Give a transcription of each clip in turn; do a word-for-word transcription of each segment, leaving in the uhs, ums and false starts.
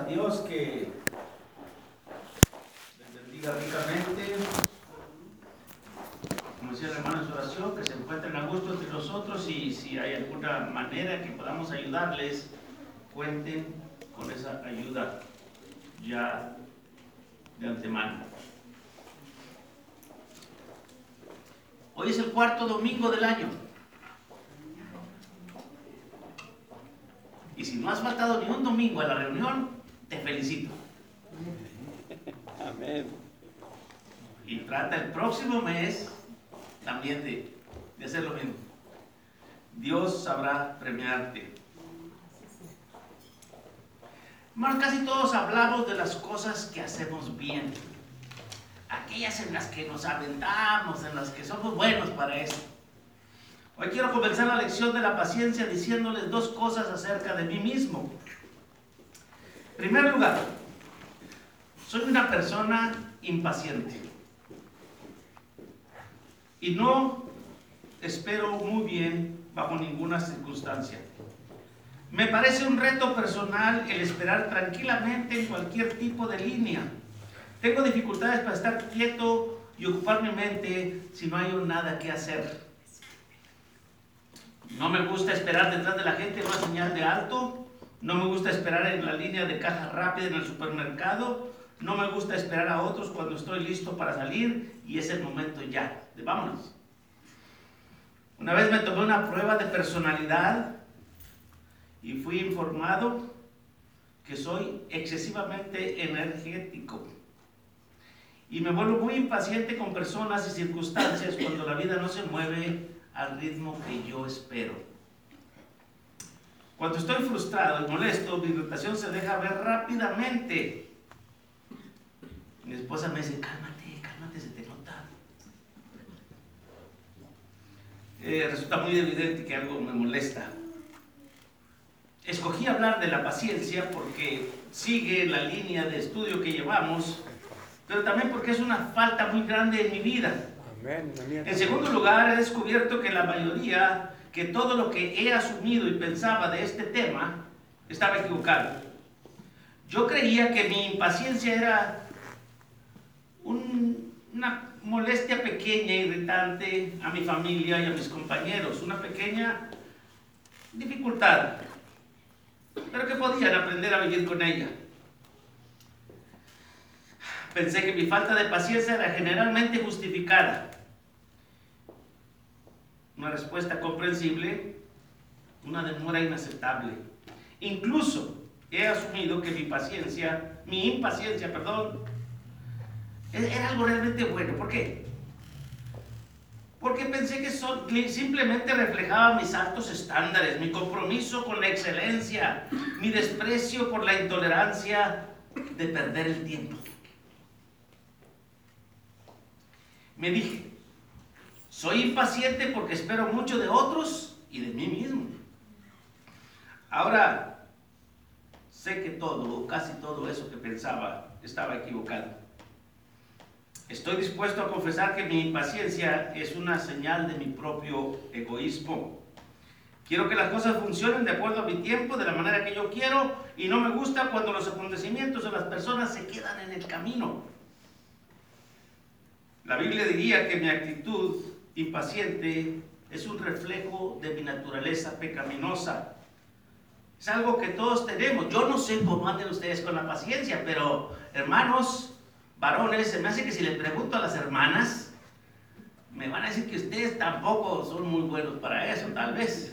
Dios que les bendiga ricamente. Como decía el hermano en su oración, que se encuentren a gusto entre nosotros, y si hay alguna manera que podamos ayudarles, cuenten con esa ayuda ya de antemano. Hoy es el cuarto domingo del año. Y si no has faltado ni un domingo a la reunión, te felicito. Amén. Y trata el próximo mes también de, de hacer lo mismo. Dios sabrá premiarte. Hermanos, casi todos hablamos de las cosas que hacemos bien. Aquellas en las que nos aventamos, en las que somos buenos para eso. Hoy quiero comenzar la lección de la paciencia diciéndoles dos cosas acerca de mí mismo. En primer lugar, soy una persona impaciente. Y no espero muy bien bajo ninguna circunstancia. Me parece un reto personal el esperar tranquilamente en cualquier tipo de línea. Tengo dificultades para estar quieto y ocupar mi mente si no hay nada que hacer. No me gusta esperar detrás de la gente en una señal de alto. No me gusta esperar en la línea de caja rápida en el supermercado. No me gusta esperar a otros cuando estoy listo para salir y es el momento ya de vámonos. Una vez me tomé una prueba de personalidad y fui informado que soy excesivamente energético. Y me vuelvo muy impaciente con personas y circunstancias cuando la vida no se mueve al ritmo que yo espero. Cuando estoy frustrado y molesto, mi irritación se deja ver rápidamente. Mi esposa me dice, cálmate, cálmate, se te nota. Eh, resulta muy evidente que algo me molesta. Escogí hablar de la paciencia porque sigue la línea de estudio que llevamos, pero también porque es una falta muy grande en mi vida. Amén, amén. En segundo lugar, he descubierto que la mayoría, que todo lo que he asumido y pensaba de este tema, estaba equivocado. Yo creía que mi impaciencia era un, una molestia pequeña, irritante a mi familia y a mis compañeros, una pequeña dificultad, pero que podían aprender a vivir con ella. Pensé que mi falta de paciencia era generalmente justificada. Una respuesta comprensible, una demora inaceptable. Incluso he asumido que mi paciencia, mi impaciencia, perdón, era algo realmente bueno. ¿Por qué? Porque pensé que son, simplemente reflejaba mis altos estándares, mi compromiso con la excelencia, mi desprecio por la intolerancia de perder el tiempo. Me dije, soy impaciente porque espero mucho de otros y de mí mismo. Ahora, sé que todo, o casi todo eso que pensaba, estaba equivocado. Estoy dispuesto a confesar que mi impaciencia es una señal de mi propio egoísmo. Quiero que las cosas funcionen de acuerdo a mi tiempo, de la manera que yo quiero, y no me gusta cuando los acontecimientos o las personas se quedan en el camino. La Biblia diría que mi actitud impaciente es un reflejo de mi naturaleza pecaminosa. Es algo que todos tenemos. Yo no sé cómo anden ustedes con la paciencia, pero hermanos, varones, se me hace que si les pregunto a las hermanas, me van a decir que ustedes tampoco son muy buenos para eso, tal vez.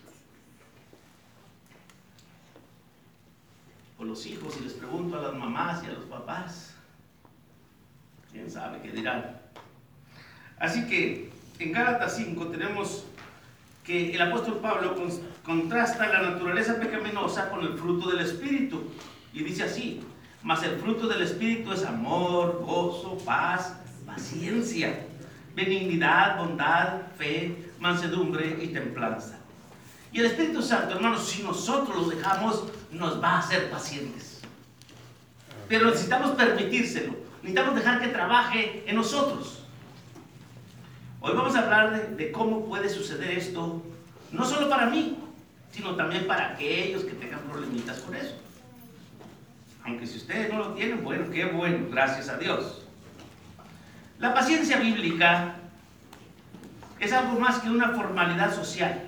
O los hijos, si les pregunto a las mamás y a los papás, quién sabe qué dirán. Así que en Gálatas cinco tenemos que el apóstol Pablo contrasta la naturaleza pecaminosa con el fruto del Espíritu. Y dice así, mas el fruto del Espíritu es amor, gozo, paz, paciencia, benignidad, bondad, fe, mansedumbre y templanza. Y el Espíritu Santo, hermanos, si nosotros lo dejamos, nos va a hacer pacientes. Pero necesitamos permitírselo. Necesitamos dejar que trabaje en nosotros. Hoy vamos a hablar de, de cómo puede suceder esto, no solo para mí, sino también para aquellos que tengan problemitas con eso. aunque si ustedes no lo tienen, bueno, qué bueno, gracias a Dios. La paciencia bíblica es algo más que una formalidad social,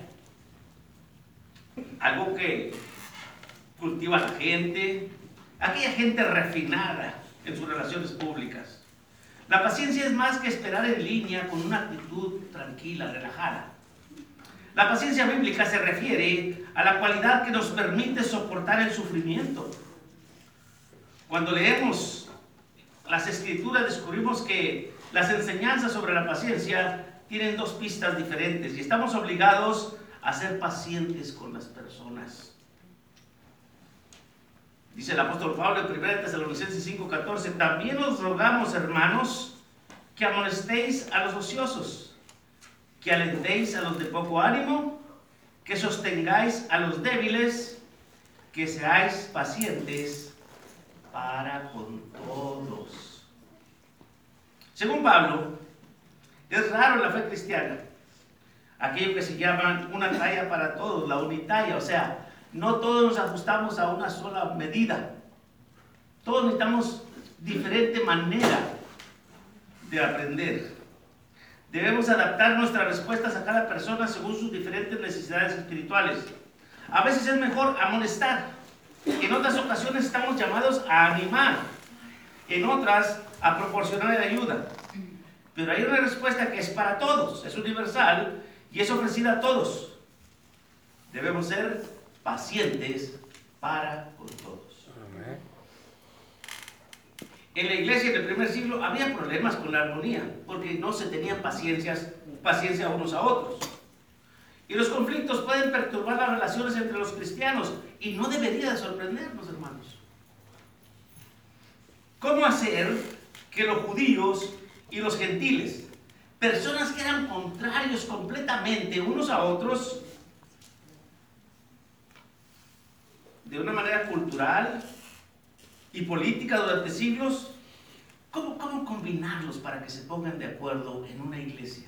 algo que cultiva a la gente, aquella gente refinada en sus relaciones públicas. La paciencia es más que esperar en línea con una actitud tranquila, relajada. La paciencia bíblica se refiere a la cualidad que nos permite soportar el sufrimiento. Cuando leemos las Escrituras descubrimos que las enseñanzas sobre la paciencia tienen dos pistas diferentes y estamos obligados a ser pacientes con las personas. Dice el apóstol Pablo en primera Tesalonicenses cinco catorce, también os rogamos, hermanos, que amonestéis a los ociosos, que alentéis a los de poco ánimo, que sostengáis a los débiles, que seáis pacientes para con todos. Según Pablo, es raro en la fe cristiana aquello que se llama una talla para todos, la unitalla, o sea, no todos nos ajustamos a una sola medida. Todos necesitamos diferente manera de aprender. Debemos adaptar nuestras respuestas a cada persona según sus diferentes necesidades espirituales. A veces es mejor amonestar. En otras ocasiones estamos llamados a animar. En otras, a proporcionar ayuda. Pero hay una respuesta que es para todos, es universal y es ofrecida a todos. Debemos ser pacientes para con todos. Amén. En la iglesia del primer siglo había problemas con la armonía, porque no se tenían paciencias, paciencia unos a otros. Y los conflictos pueden perturbar las relaciones entre los cristianos, y no debería de sorprendernos, hermanos. ¿Cómo hacer que los judíos y los gentiles, personas que eran contrarios completamente unos a otros, de una manera cultural y política durante siglos, ¿cómo, cómo combinarlos para que se pongan de acuerdo en una iglesia?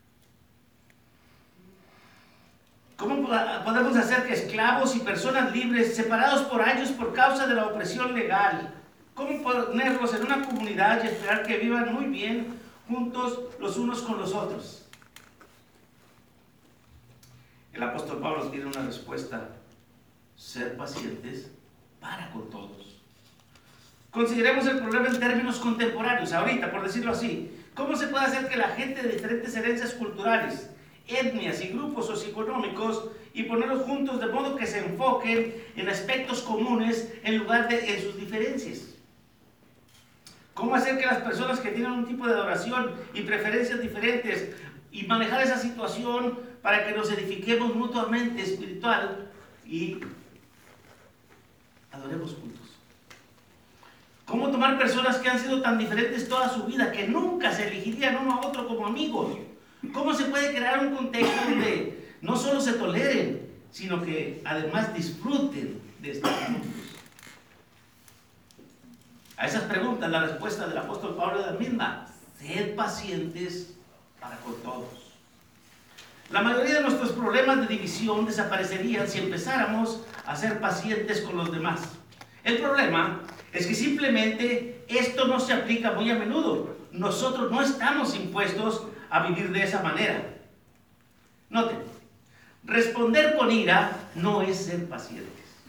¿Cómo podemos hacer que esclavos y personas libres, separados por años por causa de la opresión legal, cómo ponerlos en una comunidad y esperar que vivan muy bien juntos los unos con los otros? El apóstol Pablo tiene una respuesta: ser pacientes para con todos. Consideremos el problema en términos contemporáneos, ahorita, por decirlo así. ¿Cómo se puede hacer que la gente de diferentes herencias culturales, etnias y grupos socioeconómicos y ponerlos juntos de modo que se enfoquen en aspectos comunes en lugar de en sus diferencias? ¿Cómo hacer que las personas que tienen un tipo de adoración y preferencias diferentes y manejar esa situación para que nos edifiquemos mutuamente espiritual y adoremos juntos? ¿Cómo tomar personas que han sido tan diferentes toda su vida, que nunca se elegirían uno a otro como amigos? ¿Cómo se puede crear un contexto donde no solo se toleren, sino que además disfruten de estar juntos? A esas preguntas la respuesta del apóstol Pablo es la misma: sed pacientes para con todos. La mayoría de nuestros problemas de división desaparecerían si empezáramos a ser pacientes con los demás. El problema es que simplemente esto no se aplica muy a menudo. Nosotros no estamos impuestos a vivir de esa manera. Noten, responder con ira no es ser pacientes.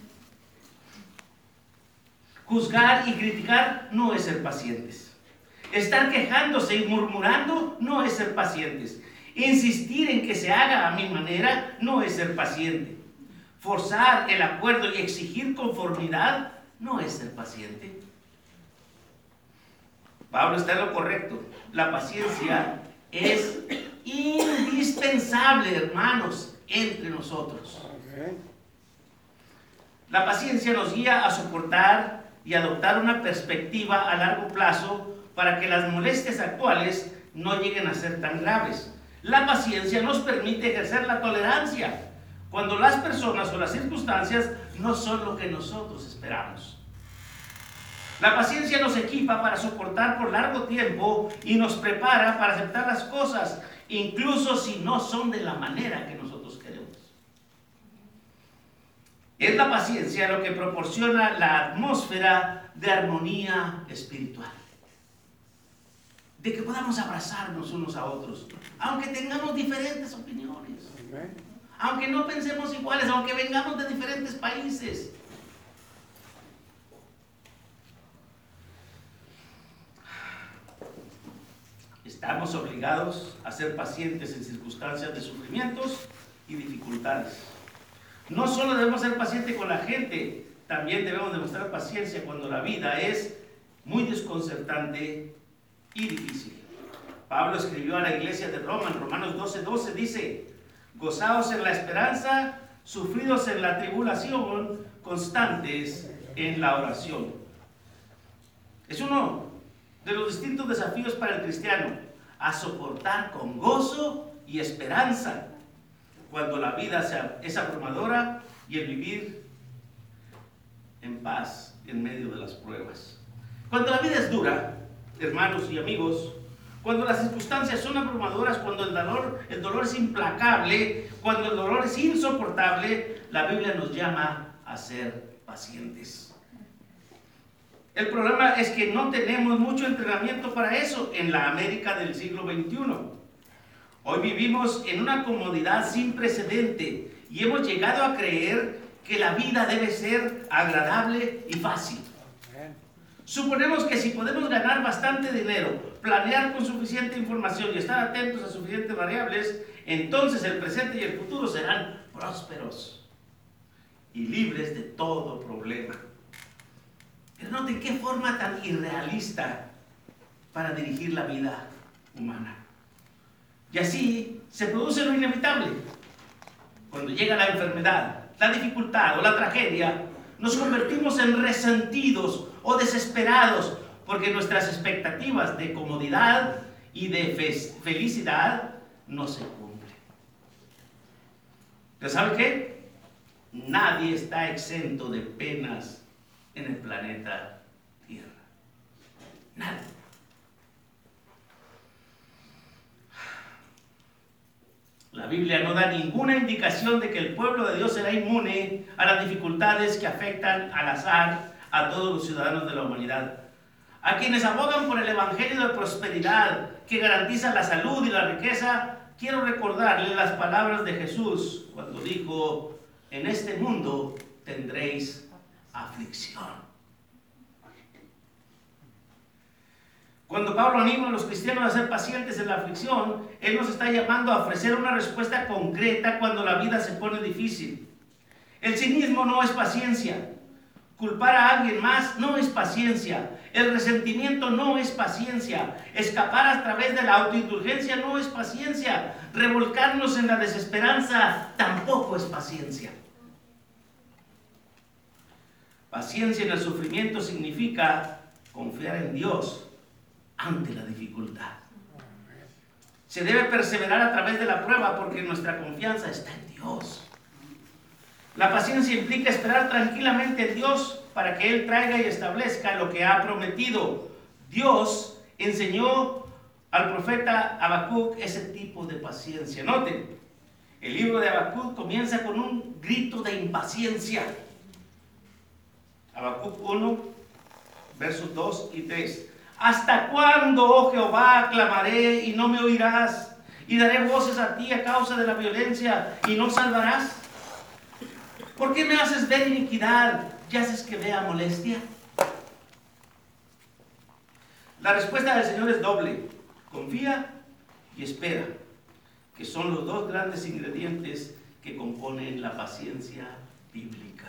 Juzgar y criticar no es ser pacientes. Estar quejándose y murmurando no es ser pacientes. Insistir en que se haga a mi manera no es ser paciente. Forzar el acuerdo y exigir conformidad no es ser paciente. Pablo está en lo correcto. La paciencia es indispensable, hermanos, entre nosotros. La paciencia nos guía a soportar y adoptar una perspectiva a largo plazo para que las molestias actuales no lleguen a ser tan graves. La paciencia nos permite ejercer la tolerancia cuando las personas o las circunstancias no son lo que nosotros esperamos. La paciencia nos equipa para soportar por largo tiempo y nos prepara para aceptar las cosas, incluso si no son de la manera que nosotros queremos. Es la paciencia lo que proporciona la atmósfera de armonía espiritual. De que podamos abrazarnos unos a otros, aunque tengamos diferentes opiniones, aunque no pensemos iguales, aunque vengamos de diferentes países. Estamos obligados a ser pacientes en circunstancias de sufrimientos y dificultades. No solo debemos ser pacientes con la gente, también debemos demostrar paciencia cuando la vida es muy desconcertante y difícil. Pablo escribió a la iglesia de Roma en Romanos doce doce, dice: gozaos en la esperanza, sufridos en la tribulación, constantes en la oración. Es uno de los distintos desafíos para el cristiano, a soportar con gozo y esperanza cuando la vida es abrumadora y el vivir en paz en medio de las pruebas. Cuando la vida es dura, hermanos y amigos, cuando las circunstancias son abrumadoras, cuando el dolor, el dolor es implacable, cuando el dolor es insoportable, la Biblia nos llama a ser pacientes. El problema es que no tenemos mucho entrenamiento para eso en la América del siglo veintiuno. Hoy vivimos en una comodidad sin precedente y hemos llegado a creer que la vida debe ser agradable y fácil. Suponemos que si podemos ganar bastante dinero, planear con suficiente información y estar atentos a suficientes variables, entonces el presente y el futuro serán prósperos y libres de todo problema. Pero noten qué forma tan irrealista para dirigir la vida humana. Y así se produce lo inevitable. Cuando llega la enfermedad, la dificultad o la tragedia, nos convertimos en resentidos o desesperados porque nuestras expectativas de comodidad y de fe- felicidad no se cumplen. ¿Pero saben qué? Nadie está exento de penas en el planeta Tierra. Nadie. La Biblia no da ninguna indicación de que el pueblo de Dios será inmune a las dificultades que afectan al azar a todos los ciudadanos de la humanidad. A quienes abogan por el evangelio de prosperidad que garantiza la salud y la riqueza, quiero recordarles las palabras de Jesús cuando dijo: en este mundo tendréis aflicción. Cuando Pablo anima a los cristianos a ser pacientes en la aflicción, él nos está llamando a ofrecer una respuesta concreta cuando la vida se pone difícil. El cinismo no es paciencia. Culpar a alguien más no es paciencia. El resentimiento no es paciencia. Escapar a través de la autoindulgencia no es paciencia. Revolcarnos en la desesperanza tampoco es paciencia. Paciencia en el sufrimiento significa confiar en Dios ante la dificultad. Se debe perseverar a través de la prueba porque nuestra confianza está en Dios. La paciencia implica esperar tranquilamente en Dios para que Él traiga y establezca lo que ha prometido. Dios enseñó al profeta Habacuc ese tipo de paciencia. Noten, el libro de Habacuc comienza con un grito de impaciencia. Habacuc uno, versos dos y tres. ¿Hasta cuándo, oh Jehová, clamaré y no me oirás? Y daré voces a ti a causa de la violencia y no salvarás. ¿Por qué me haces ver iniquidad y haces que vea molestia? La respuesta del Señor es doble: confía y espera, que son los dos grandes ingredientes que componen la paciencia bíblica.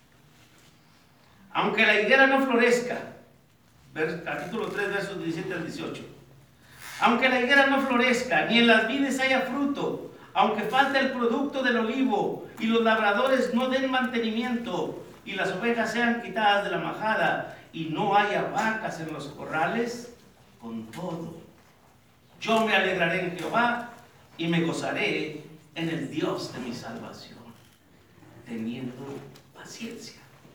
Aunque la higuera no florezca, capítulo tres, versos diecisiete al dieciocho. Aunque la higuera no florezca, ni en las vides haya fruto, aunque falte el producto del olivo, y los labradores no den mantenimiento, y las ovejas sean quitadas de la majada, y no haya vacas en los corrales, con todo, yo me alegraré en Jehová, y me gozaré en el Dios de mi salvación, teniendo paciencia.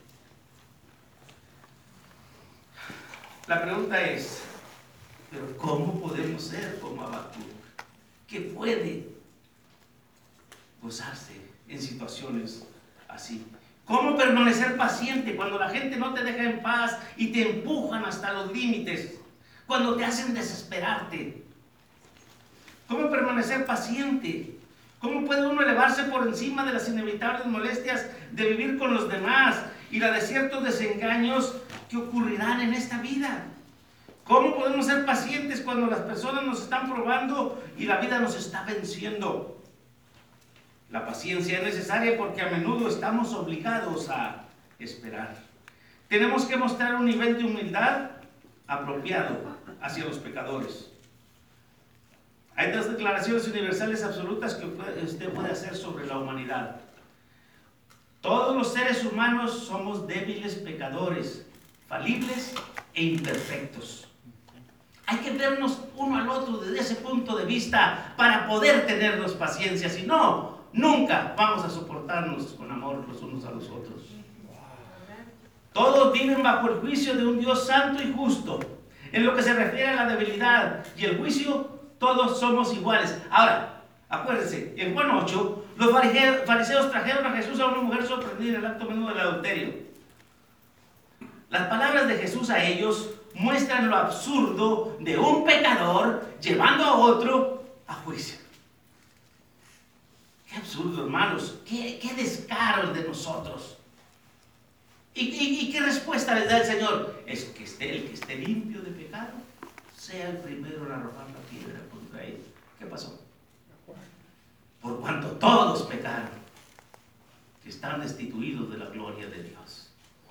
La pregunta es, ¿pero cómo podemos ser como Habacuc, que puede gozarse en situaciones así? ¿Cómo permanecer paciente cuando la gente no te deja en paz y te empujan hasta los límites? Cuando te hacen desesperarte. ¿Cómo permanecer paciente? ¿Cómo puede uno elevarse por encima de las inevitables molestias de vivir con los demás y la de ciertos desengaños que ocurrirán en esta vida? ¿Cómo podemos ser pacientes cuando las personas nos están probando y la vida nos está venciendo? La paciencia es necesaria porque a menudo estamos obligados a esperar. Tenemos que mostrar un nivel de humildad apropiado hacia los pecadores. Hay dos declaraciones universales absolutas que usted puede hacer sobre la humanidad. Todos los seres humanos somos débiles pecadores, falibles e imperfectos. Hay que vernos uno al otro desde ese punto de vista para poder tenernos paciencia. Si no, nunca vamos a soportarnos con amor los unos a los otros. Todos viven bajo el juicio de un Dios santo y justo. En lo que se refiere a la debilidad y el juicio, todos somos iguales. Ahora, acuérdense, en Juan ocho, los fariseos trajeron a Jesús a una mujer sorprendida en el acto menudo del adulterio. Las palabras de Jesús a ellos muestran lo absurdo de un pecador llevando a otro a juicio. Qué absurdo, hermanos. Qué, qué descaro el de nosotros. ¿Y, y, ¿Y qué respuesta les da el Señor? Es que esté, el que esté limpio de pecado sea el primero en arrojar la piedra contra él. ¿Qué pasó? Por cuanto todos pecaron, que están destituidos de la gloria de Dios.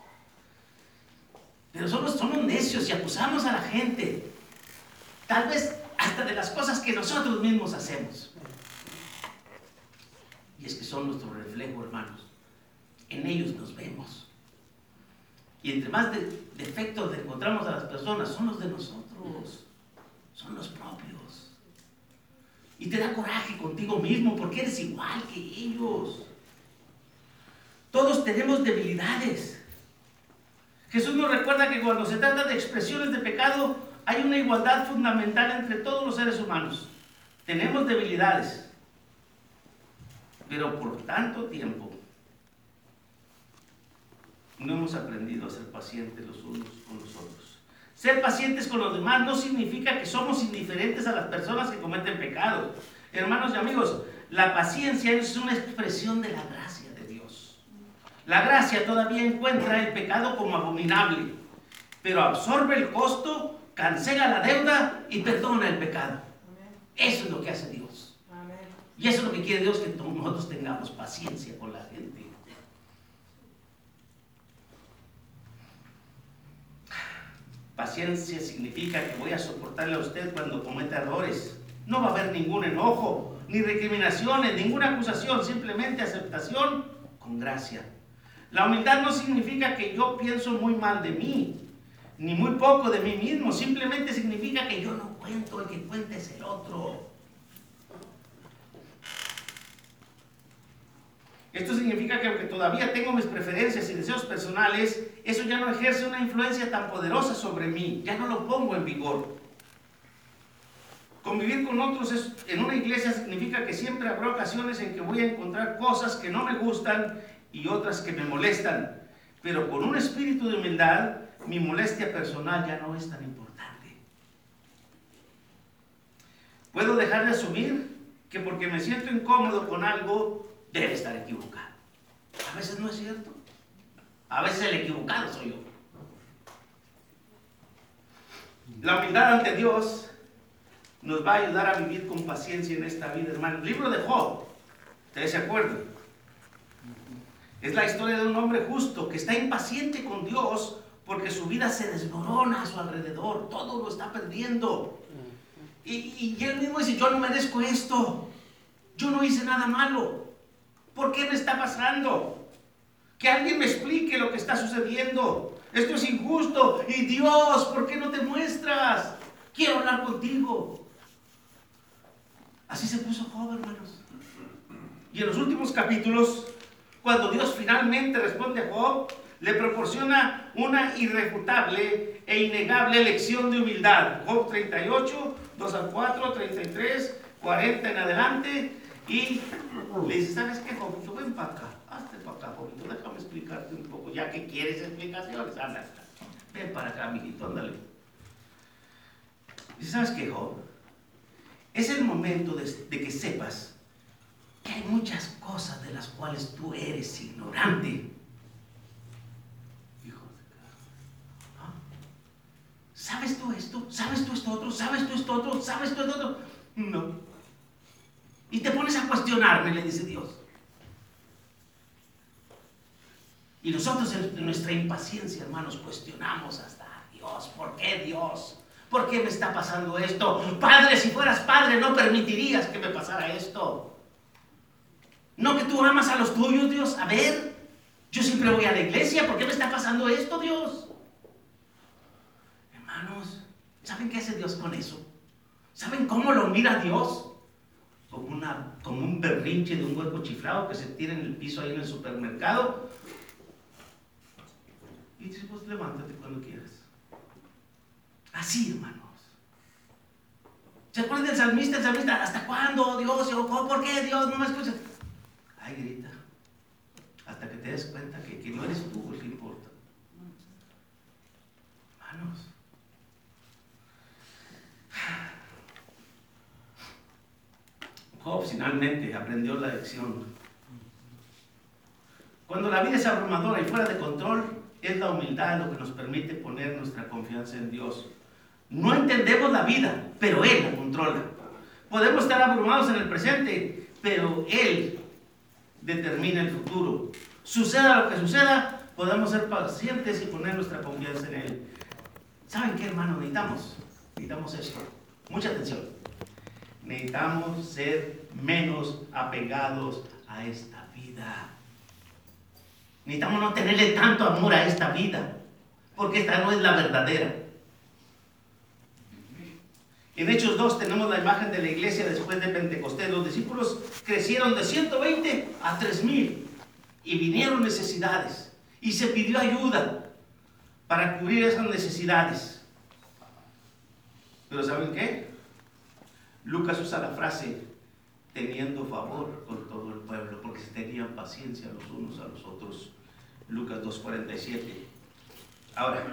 Pero somos, somos necios y acusamos a la gente, tal vez hasta de las cosas que nosotros mismos hacemos. Y es que son nuestro reflejo, hermanos. En ellos nos vemos. Y entre más de, defectos le encontramos a las personas, son los de nosotros. Son los propios. Y te da coraje contigo mismo porque eres igual que ellos. Todos tenemos debilidades. Jesús nos recuerda que cuando se trata de expresiones de pecado, hay una igualdad fundamental entre todos los seres humanos. Tenemos debilidades. Pero por tanto tiempo no hemos aprendido a ser pacientes los unos con los otros. Ser pacientes con los demás no significa que somos indiferentes a las personas que cometen pecado. Hermanos y amigos, la paciencia es una expresión de la gracia de Dios. La gracia todavía encuentra el pecado como abominable, pero absorbe el costo, cancela la deuda y perdona el pecado. Eso es lo que hace Dios. Y eso es lo que quiere Dios, que nosotros tengamos paciencia con la gente. Paciencia significa que voy a soportarle a usted cuando cometa errores. No va a haber ningún enojo, ni recriminaciones, ninguna acusación, simplemente aceptación con gracia. La humildad no significa que yo pienso muy mal de mí, ni muy poco de mí mismo. Simplemente significa que yo no cuento, el que cuenta es el otro. Esto significa que aunque todavía tengo mis preferencias y deseos personales, eso ya no ejerce una influencia tan poderosa sobre mí, ya no lo pongo en vigor. Convivir con otros es, en una iglesia significa que siempre habrá ocasiones en que voy a encontrar cosas que no me gustan y otras que me molestan, pero con un espíritu de humildad, mi molestia personal ya no es tan importante. Puedo dejar de asumir que porque me siento incómodo con algo, debe estar equivocado. A veces no es cierto. A veces el equivocado soy yo. La humildad ante Dios nos va a ayudar a vivir con paciencia en esta vida, hermano. El libro de Job, ¿ustedes se acuerdan? Es la historia de un hombre justo que está impaciente con Dios porque su vida se desmorona a su alrededor. Todo lo está perdiendo. Y, y él mismo dice, yo no merezco esto. Yo no hice nada malo. ¿Por qué me está pasando? Que alguien me explique lo que está sucediendo. Esto es injusto. Y Dios, ¿por qué no te muestras? Quiero hablar contigo. Así se puso Job, hermanos. Y en los últimos capítulos, cuando Dios finalmente responde a Job, le proporciona una irrefutable e innegable lección de humildad. Job treinta y ocho, dos al cuatro, treinta y tres, cuarenta en adelante. Y le dice, ¿sabes qué, Job? Ven para acá, hazte para para acá, Jovito, déjame explicarte un poco, ya que quieres explicaciones, anda, ven para acá, mijito, ándale. ¿Y sabes qué, Job? Es el momento de, de que sepas que hay muchas cosas de las cuales tú eres ignorante. Hijo de ¿Ah? ¿Sabes tú esto? ¿Sabes tú esto otro? ¿Sabes tú esto otro? ¿Sabes tú esto otro? No. Y te pones a cuestionarme, le dice Dios. Y nosotros en nuestra impaciencia, hermanos, cuestionamos hasta a Dios. ¿Por qué Dios? ¿Por qué me está pasando esto? Padre, si fueras padre, no permitirías que me pasara esto. No que tú amas a los tuyos, Dios. A ver, yo siempre voy a la iglesia. ¿Por qué me está pasando esto, Dios? Hermanos, ¿saben qué hace Dios con eso? ¿Saben cómo lo mira Dios? Como, una, como un berrinche de un hueco chiflado que se tira en el piso ahí en el supermercado. Y dice, pues levántate cuando quieras. Así, hermanos. ¿Se acuerdan del salmista? El salmista, ¿hasta cuándo, Dios? ¿Por qué, Dios? No me escuchas. Ay, grita. Hasta que te des cuenta que, que no eres tú el que importa. Hermanos. Job finalmente aprendió la lección. Cuando la vida es abrumadora y fuera de control, es la humildad lo que nos permite poner nuestra confianza en Dios. No entendemos la vida, pero Él la controla. Podemos estar abrumados en el presente, pero Él determina el futuro. Suceda lo que suceda, podemos ser pacientes y poner nuestra confianza en Él. ¿Saben qué, hermano? Necesitamos, necesitamos esto. Mucha atención. Necesitamos ser menos apegados a esta vida. Necesitamos no tenerle tanto amor a esta vida, porque esta no es la verdadera. En Hechos dos tenemos la imagen de la iglesia después de Pentecostés. Los discípulos crecieron de ciento veinte a tres mil y vinieron necesidades y se pidió ayuda para cubrir esas necesidades. Pero ¿saben qué? Lucas usa la frase teniendo favor con todo el pueblo, porque se tenían paciencia los unos a los otros. Lucas dos cuarenta y siete. Ahora,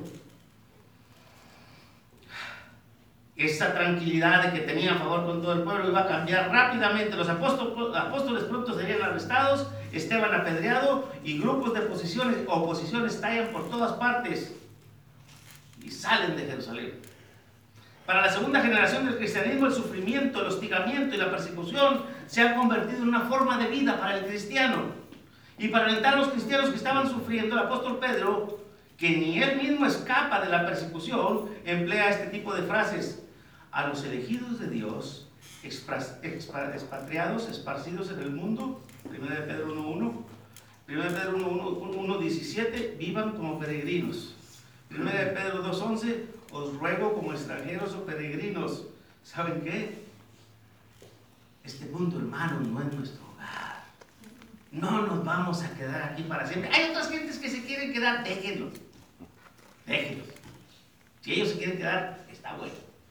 esa tranquilidad de que tenían favor con todo el pueblo iba a cambiar rápidamente. Los apóstoles, apóstoles pronto serían arrestados, Esteban apedreado y grupos de oposiciones, oposiciones tallan por todas partes y salen de Jerusalén. Para la segunda generación del cristianismo, el sufrimiento, el hostigamiento y la persecución se han convertido en una forma de vida para el cristiano. Y para alentar a los cristianos que estaban sufriendo, el apóstol Pedro, que ni él mismo escapa de la persecución, emplea este tipo de frases. A los elegidos de Dios, expatriados, esparcidos en el mundo, primera de Pedro uno uno, primera de Pedro uno diecisiete, vivan como peregrinos. primera de Pedro dos once, os ruego como extranjeros o peregrinos. ¿Saben qué? Este mundo, hermano, no es nuestro hogar. No nos vamos a quedar aquí para siempre. Hay otras gentes que se quieren quedar, déjenlos. Déjenlos. Si ellos se quieren quedar, está bueno.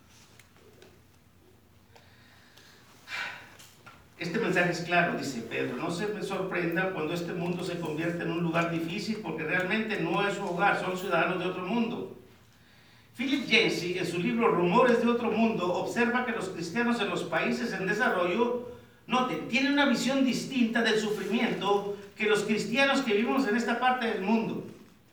Este mensaje es claro, dice Pedro. No se me sorprenda cuando este mundo se convierte en un lugar difícil, porque realmente no es su hogar, son ciudadanos de otro mundo. Philip Yancey, en su libro Rumores de otro mundo, observa que los cristianos en los países en desarrollo, noten, tienen una visión distinta del sufrimiento que los cristianos que vivimos en esta parte del mundo.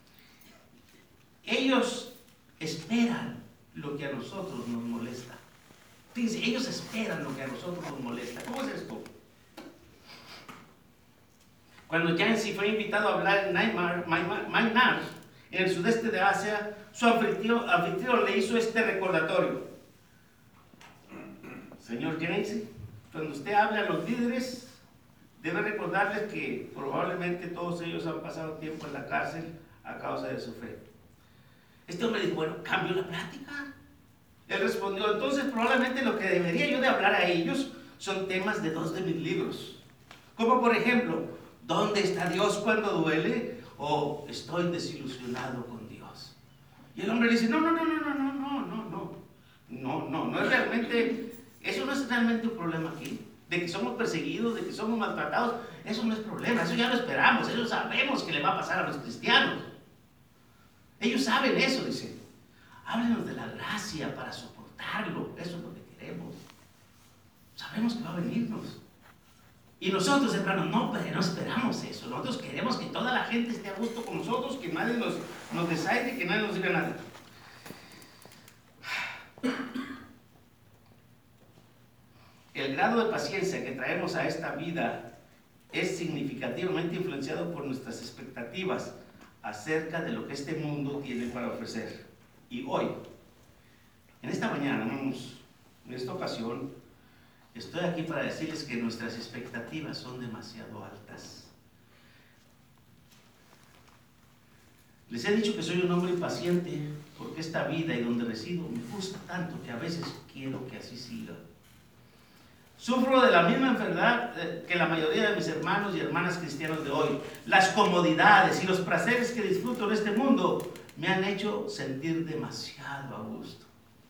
Ellos esperan lo que a nosotros nos molesta. Fíjense, ellos esperan lo que a nosotros nos molesta. ¿Cómo es esto? Cuando Yancey fue invitado a hablar en Myanmar, Myanmar, en el sudeste de Asia, su anfitrión, anfitrión le hizo este recordatorio. Señor Yancey, cuando usted hable a los líderes, debe recordarles que probablemente todos ellos han pasado tiempo en la cárcel a causa de su fe. Este hombre dijo, bueno, cambio la plática. Él respondió, entonces probablemente lo que debería yo de hablar a ellos son temas de dos de mis libros. Como por ejemplo, ¿dónde está Dios cuando duele? O estoy desilusionado con Dios. Y el hombre le dice, no, no, no, no, no, no, no, no, no, no, no, no es realmente, eso no es realmente un problema aquí. de que somos perseguidos, de que somos maltratados, eso no es problema, eso ya lo esperamos, eso sabemos que le va a pasar a los cristianos. Ellos saben eso, dice. Háblenos de la gracia para soportarlo, eso es lo que queremos. Sabemos que va a venirnos. Y nosotros, hermanos, no, no esperamos eso. Nosotros queremos que toda la gente esté a gusto con nosotros, que nadie nos, nos desaire, que nadie nos diga nada. El grado de paciencia que traemos a esta vida es significativamente influenciado por nuestras expectativas acerca de lo que este mundo tiene para ofrecer. Y hoy, en esta mañana, vamos, en esta ocasión, estoy aquí para decirles que nuestras expectativas son demasiado altas. Les he dicho que soy un hombre impaciente porque esta vida y donde resido me gusta tanto que a veces quiero que así siga. Sufro de la misma enfermedad que la mayoría de mis hermanos y hermanas cristianos de hoy. Las comodidades y los placeres que disfruto en este mundo me han hecho sentir demasiado a gusto.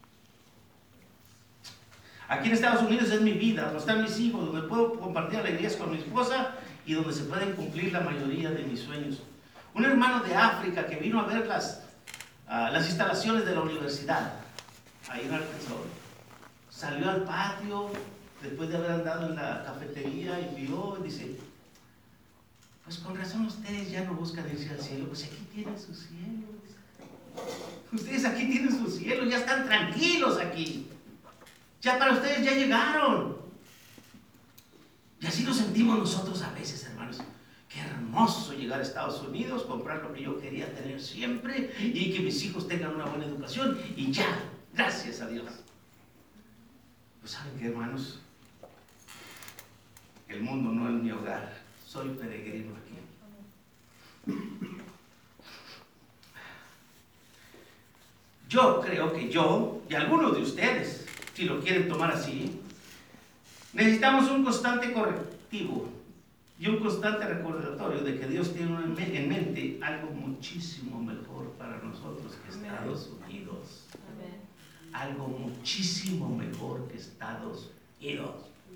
Aquí en Estados Unidos es mi vida, donde están mis hijos, donde puedo compartir alegrías con mi esposa y donde se pueden cumplir la mayoría de mis sueños. Un hermano de África que vino a ver las, uh, las instalaciones de la universidad, ahí en Arkansas, salió al patio después de haber andado en la cafetería y vio y dice, pues con razón ustedes ya no buscan irse al cielo, pues aquí tienen su cielo. Ustedes aquí tienen su cielo, ya están tranquilos aquí. Ya para ustedes ya llegaron. Y así nos sentimos nosotros a veces, hermanos. Qué hermoso llegar a Estados Unidos, comprar lo que yo quería tener siempre y que mis hijos tengan una buena educación y ya, gracias a Dios. Pues ¿saben qué, hermanos? El mundo no es mi hogar, soy peregrino aquí. Yo creo que yo y algunos de ustedes, si lo quieren tomar así, necesitamos un constante correctivo y un constante recordatorio de que Dios tiene en mente algo muchísimo mejor para nosotros que Estados Unidos. Amén. Algo muchísimo mejor que Estados Unidos.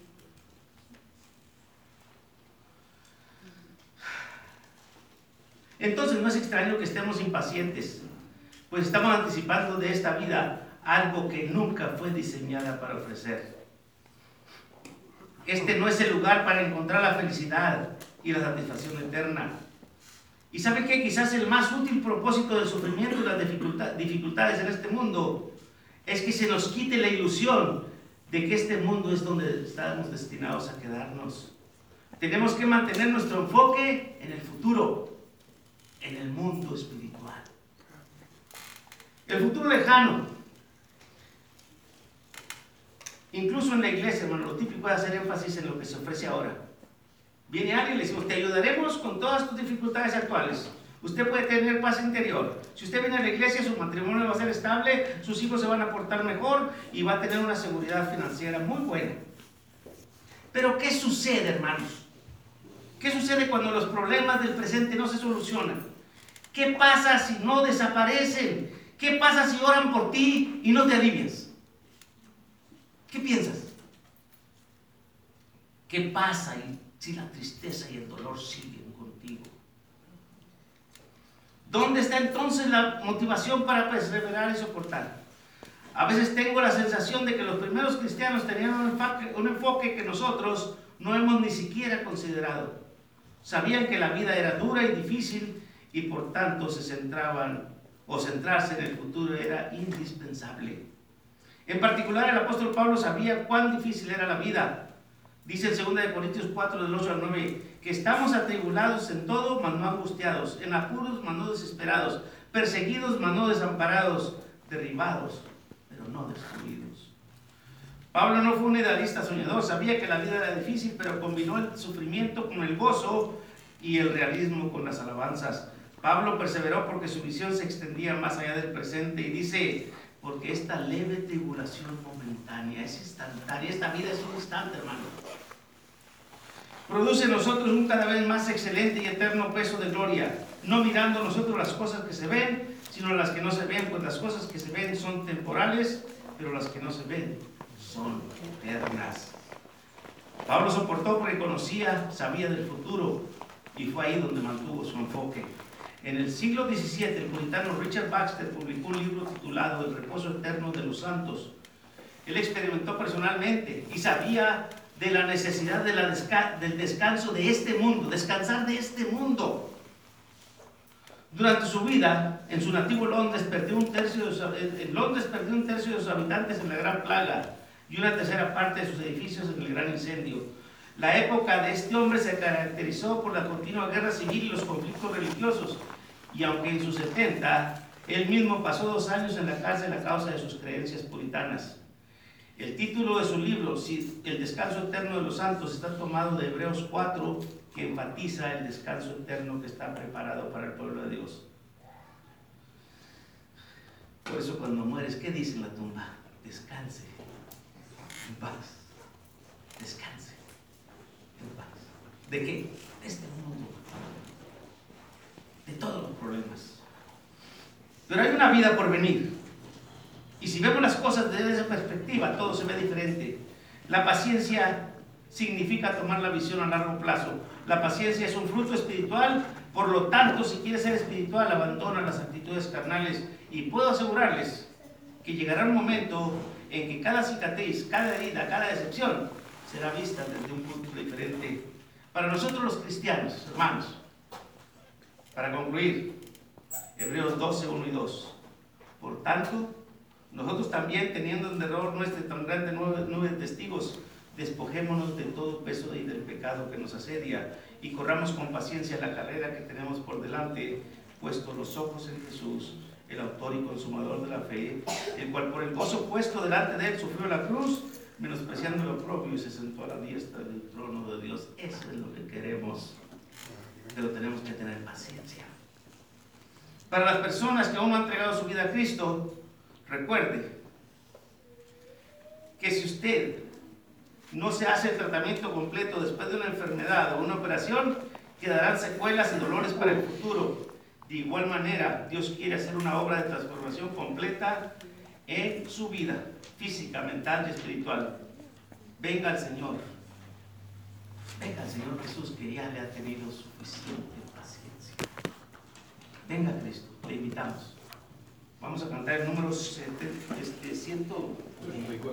Entonces no es extraño que estemos impacientes, pues estamos anticipando de esta vida algo que nunca fue diseñada para ofrecer. Este no es el lugar para encontrar la felicidad y la satisfacción eterna. ¿Y sabe qué? Quizás el más útil propósito del sufrimiento y las dificultades en este mundo es que se nos quite la ilusión de que este mundo es donde estamos destinados a quedarnos. Tenemos que mantener nuestro enfoque en el futuro, en el mundo espiritual. El futuro lejano. Incluso en la iglesia, hermano, lo típico es hacer énfasis en lo que se ofrece ahora. Viene alguien y le decimos, te ayudaremos con todas tus dificultades actuales. Usted puede tener paz interior. Si usted viene a la iglesia, su matrimonio va a ser estable, sus hijos se van a portar mejor y va a tener una seguridad financiera muy buena. Pero ¿qué sucede, hermanos? ¿Qué sucede cuando los problemas del presente no se solucionan? ¿Qué pasa si no desaparecen? ¿Qué pasa si oran por ti y no te alivias? ¿Qué piensas? ¿Qué pasa si la tristeza y el dolor siguen contigo? ¿Dónde está entonces la motivación para perseverar y soportar? A veces tengo la sensación de que los primeros cristianos tenían un enfoque, un enfoque que nosotros no hemos ni siquiera considerado. Sabían que la vida era dura y difícil y por tanto se centraban o centrarse en el futuro era indispensable. En particular, el apóstol Pablo sabía cuán difícil era la vida. Dice en segunda de Corintios cuatro, del ocho al nueve, que estamos atribulados en todo, mas no angustiados, en apuros, mas no desesperados, perseguidos, mas no desamparados, derribados, pero no destruidos. Pablo no fue un idealista soñador, sabía que la vida era difícil, pero combinó el sufrimiento con el gozo y el realismo con las alabanzas. Pablo perseveró porque su visión se extendía más allá del presente y dice, porque esta leve tribulación momentánea es instantánea, esta vida es un instante, hermano. Produce en nosotros un cada vez más excelente y eterno peso de gloria, no mirando nosotros las cosas que se ven, sino las que no se ven, pues las cosas que se ven son temporales, pero las que no se ven son eternas. Pablo soportó porque conocía, sabía del futuro, y fue ahí donde mantuvo su enfoque. En el siglo diecisiete, el puritano Richard Baxter publicó un libro titulado El reposo eterno de los santos. Él experimentó personalmente y sabía de la necesidad de la desca del descanso de este mundo, descansar de este mundo. Durante su vida, en su nativo Londres, perdió un tercio de sus, en Londres perdió un tercio de sus habitantes en la Gran Plaga y una tercera parte de sus edificios en el Gran Incendio. La época de este hombre se caracterizó por la continua guerra civil y los conflictos religiosos, y aunque en sus setenta, él mismo pasó dos años en la cárcel a causa de sus creencias puritanas. El título de su libro, El descanso eterno de los santos, está tomado de Hebreos cuatro, que enfatiza el descanso eterno que está preparado para el pueblo de Dios. Por eso cuando mueres, ¿qué dice en la tumba? Descanse en paz. Descanse en paz. ¿De qué? De este mundo. De todos los problemas. Pero hay una vida por venir. Y si vemos las cosas desde esa perspectiva, todo se ve diferente. La paciencia significa tomar la visión a largo plazo. La paciencia es un fruto espiritual, por lo tanto, si quieres ser espiritual, abandona las actitudes carnales. Y puedo asegurarles que llegará un momento en que cada cicatriz, cada herida, cada decepción será vista desde un punto diferente. Para nosotros los cristianos, hermanos, para concluir, Hebreos doce, uno y dos. Por tanto, nosotros también, teniendo en derredor nuestra tan grande nube de testigos, despojémonos de todo peso y del pecado que nos asedia y corramos con paciencia la carrera que tenemos por delante, puesto los ojos en Jesús, el autor y consumador de la fe, el cual por el gozo puesto delante de él sufrió la cruz, menospreciando lo propio, y se sentó a la diestra del trono de Dios. Eso es lo que queremos, pero tenemos que tener paciencia. Para las personas que aún no han entregado su vida a Cristo, recuerde que si usted no se hace el tratamiento completo después de una enfermedad o una operación, quedarán secuelas y dolores para el futuro. De igual manera, Dios quiere hacer una obra de transformación completa en su vida, física, mental y espiritual. Venga al Señor. Venga al Señor Jesús, que ya le ha tenido suficiente paciencia. Venga a Cristo, le invitamos. Vamos a cantar el número este, ciento